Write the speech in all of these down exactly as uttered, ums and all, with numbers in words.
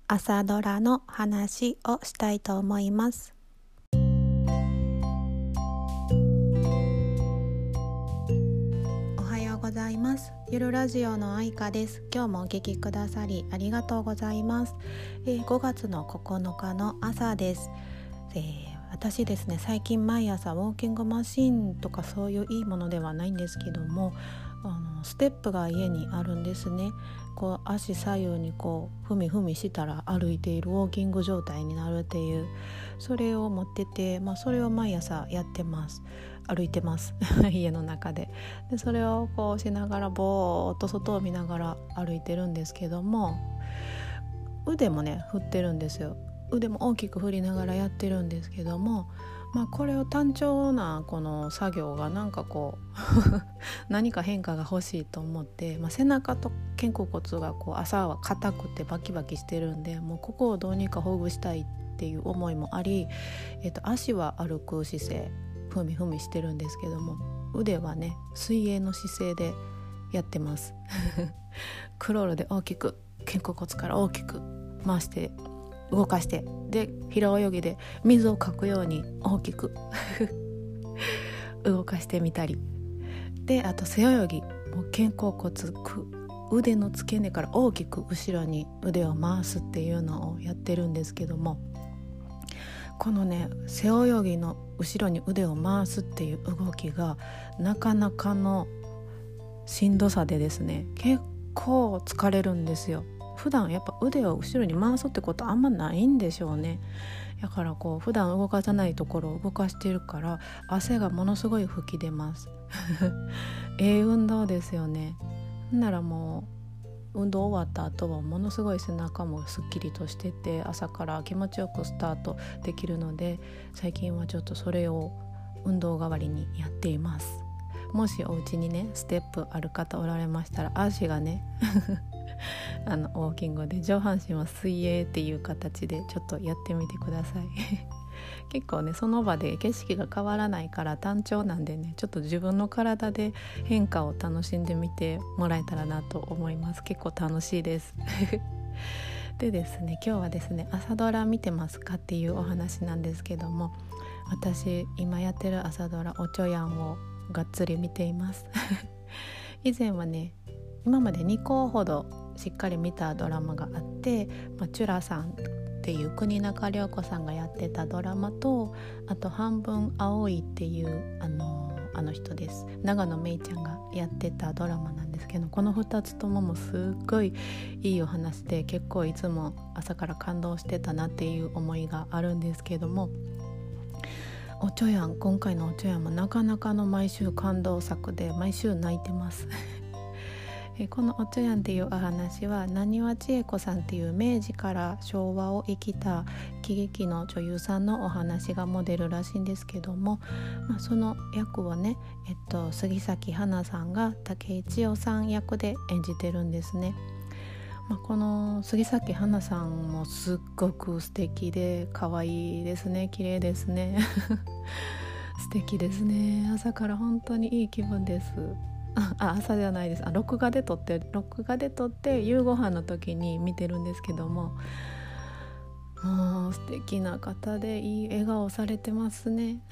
朝ドラの話をしたいと思います。おはようございます。ゆるラジオのあいかです。今日もお聞きくださりありがとうございます。えー、ごがつのここのかの朝です。えー、私ですね、最近毎朝ウォーキングマシンとかそういういいものではないんですけども、あのステップが家にあるんですね。こう足左右にこう踏み踏みしたら歩いているウォーキング状態になるっていう、それを持ってて、まあ、それを毎朝やってます。歩いてます家の中で。でそれをこうしながらぼーっと外を見ながら歩いてるんですけども、腕もね振ってるんですよ。腕も大きく振りながらやってるんですけども、まあ、これを単調なこの作業がなんかこう何か変化が欲しいと思って、まあ、背中と肩甲骨がこう朝は硬くてバキバキしてるんで、もうここをどうにかほぐしたいっていう思いもあり、えっと、足は歩く姿勢ふみふみしてるんですけども、腕はね水泳の姿勢でやってますクロールで大きく肩甲骨から大きく回して動かして、で平泳ぎで水をかくように大きく動かしてみたりで、あと背泳ぎもう肩甲骨腕の付け根から大きく後ろに腕を回すっていうのをやってるんですけども、このね背泳ぎの後ろに腕を回すっていう動きがなかなかのしんどさでですね、結構疲れるんですよ。普段やっぱ腕を後ろに回すってことあんまないんでしょうね。だからこう普段動かさないところを動かしてるから汗がものすごい吹き出ますええ運動ですよね。ならもう運動終わった後はものすごい背中もすっきりとしてて、朝から気持ちよくスタートできるので、最近はちょっとそれを運動代わりにやっています。もしお家にねステップある方おられましたら、足がねあのウォーキングで上半身は水泳っていう形でちょっとやってみてください結構ねその場で景色が変わらないから単調なんでね、ちょっと自分の体で変化を楽しんでみてもらえたらなと思います。結構楽しいですでですね、今日はですね朝ドラ見てますかっていうお話なんですけども、私今やってる朝ドラおちょやんをがっつり見ています以前はね今までにこほどしっかり見たドラマがあって、まあ、チュラさんっていう国中涼子さんがやってたドラマと、あと半分青いっていうあのあの人です長野めいちゃんがやってたドラマなんですけど、このふたつとももすっごいいいお話で、結構いつも朝から感動してたなっていう思いがあるんですけども、おちょやん今回のおちょやんもなかなかの毎週感動作で毎週泣いてますこのおちょやんっていうお話は、なにわ千恵子さんっていう明治から昭和を生きた喜劇の女優さんのお話がモデルらしいんですけども、まあ、その役をね、えっと、杉咲花さんが武井千代さん役で演じてるんですね。まあ、この杉咲花さんもすっごく素敵で可愛いですね。綺麗ですね素敵ですね。朝から本当にいい気分です。あ、朝じゃないです。あ、録画で撮って録画で撮って夕ご飯の時に見てるんですけども、もう素敵な方でいい笑顔されてますね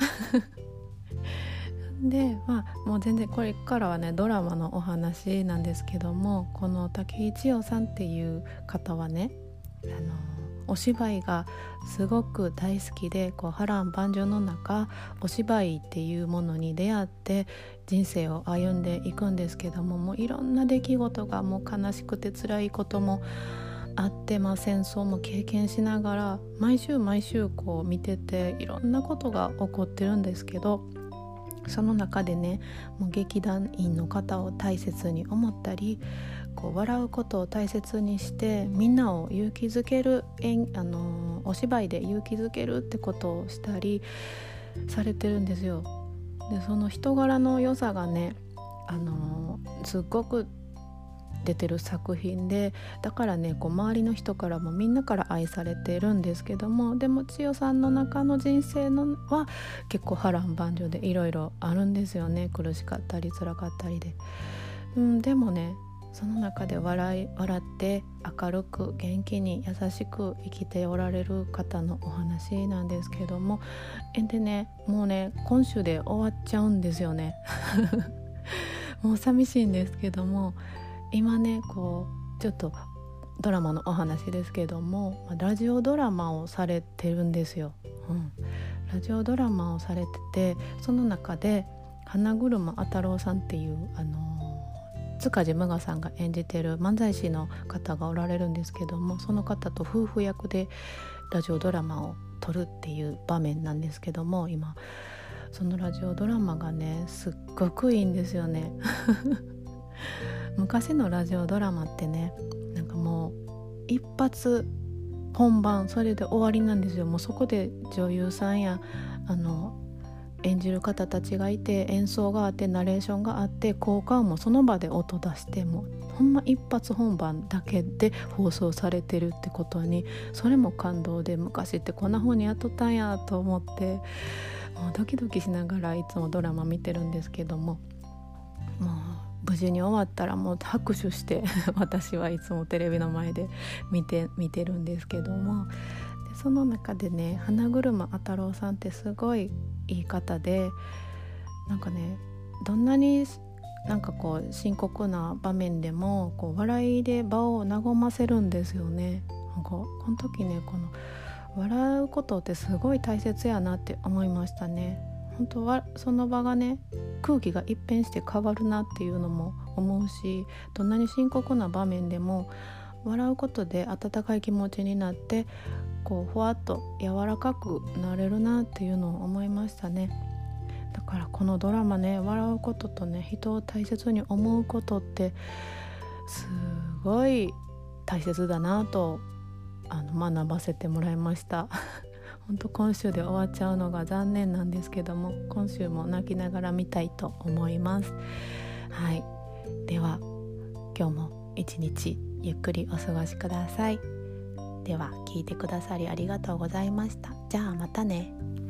で、まあもう全然これからはねドラマのお話なんですけども、この武井千代さんっていう方はね、あのお芝居がすごく大好きで、こう波乱万丈の中お芝居っていうものに出会って人生を歩んでいくんですけども、もういろんな出来事がもう悲しくて辛いこともあって、まあ、戦争も経験しながら毎週毎週こう見てて、いろんなことが起こってるんですけど、その中でねもう劇団員の方を大切に思ったり、こう笑うことを大切にしてみんなを勇気づける、あのお芝居で勇気づけるってことをしたりされてるんですよ。でその人柄の良さがね、あのすっごく出てる作品で、だからねこう周りの人からもみんなから愛されてるんですけども、でも千代さんの中の人生のは結構波乱万丈でいろいろあるんですよね。苦しかったり辛かったりで、うん、でもねその中で笑い笑って明るく元気に優しく生きておられる方のお話なんですけども、えでねもうね今週で終わっちゃうんですよねもう寂しいんですけども、今ねこうちょっとドラマのお話ですけども、ラジオドラマをされてるんですよ、うん、ラジオドラマをされてて、その中で花車あたろうさんっていうあの塚地無我さんが演じてる漫才師の方がおられるんですけども、その方と夫婦役でラジオドラマを撮るっていう場面なんですけども、今そのラジオドラマがねすっごくいいんですよね昔のラジオドラマってね、なんかもう一発本番それで終わりなんですよ。もうそこで女優さんやあの演じる方たちがいて、演奏があって、ナレーションがあって、効果音もその場で音出して、もうほんま一発本番だけで放送されてるってことに、それも感動で、昔ってこんな風にやっとったんやと思って、もうドキドキしながらいつもドラマ見てるんですけども、もう無事に終わったらもう拍手して私はいつもテレビの前で見て見てるんですけども、でその中でね花車あたろうさんってすごいいい方で、なんかねどんなになんかこう深刻な場面でもこう笑いで場を和ませるんですよね。なんかこの時ねこの笑うことってすごい大切やなって思いましたね。本当はその場がね空気が一変して変わるなっていうのも思うし、どんなに深刻な場面でも笑うことで温かい気持ちになって、こうふわっと柔らかくなれるなっていうのを思いましたね。だからこのドラマね、笑うこととね人を大切に思うことってすごい大切だなとあの学ばせてもらいました本当今週で終わっちゃうのが残念なんですけども、今週も泣きながら見たいと思います。はい、では今日も一日ゆっくりお過ごしください。では聞いてくださりありがとうございました。じゃあまたね。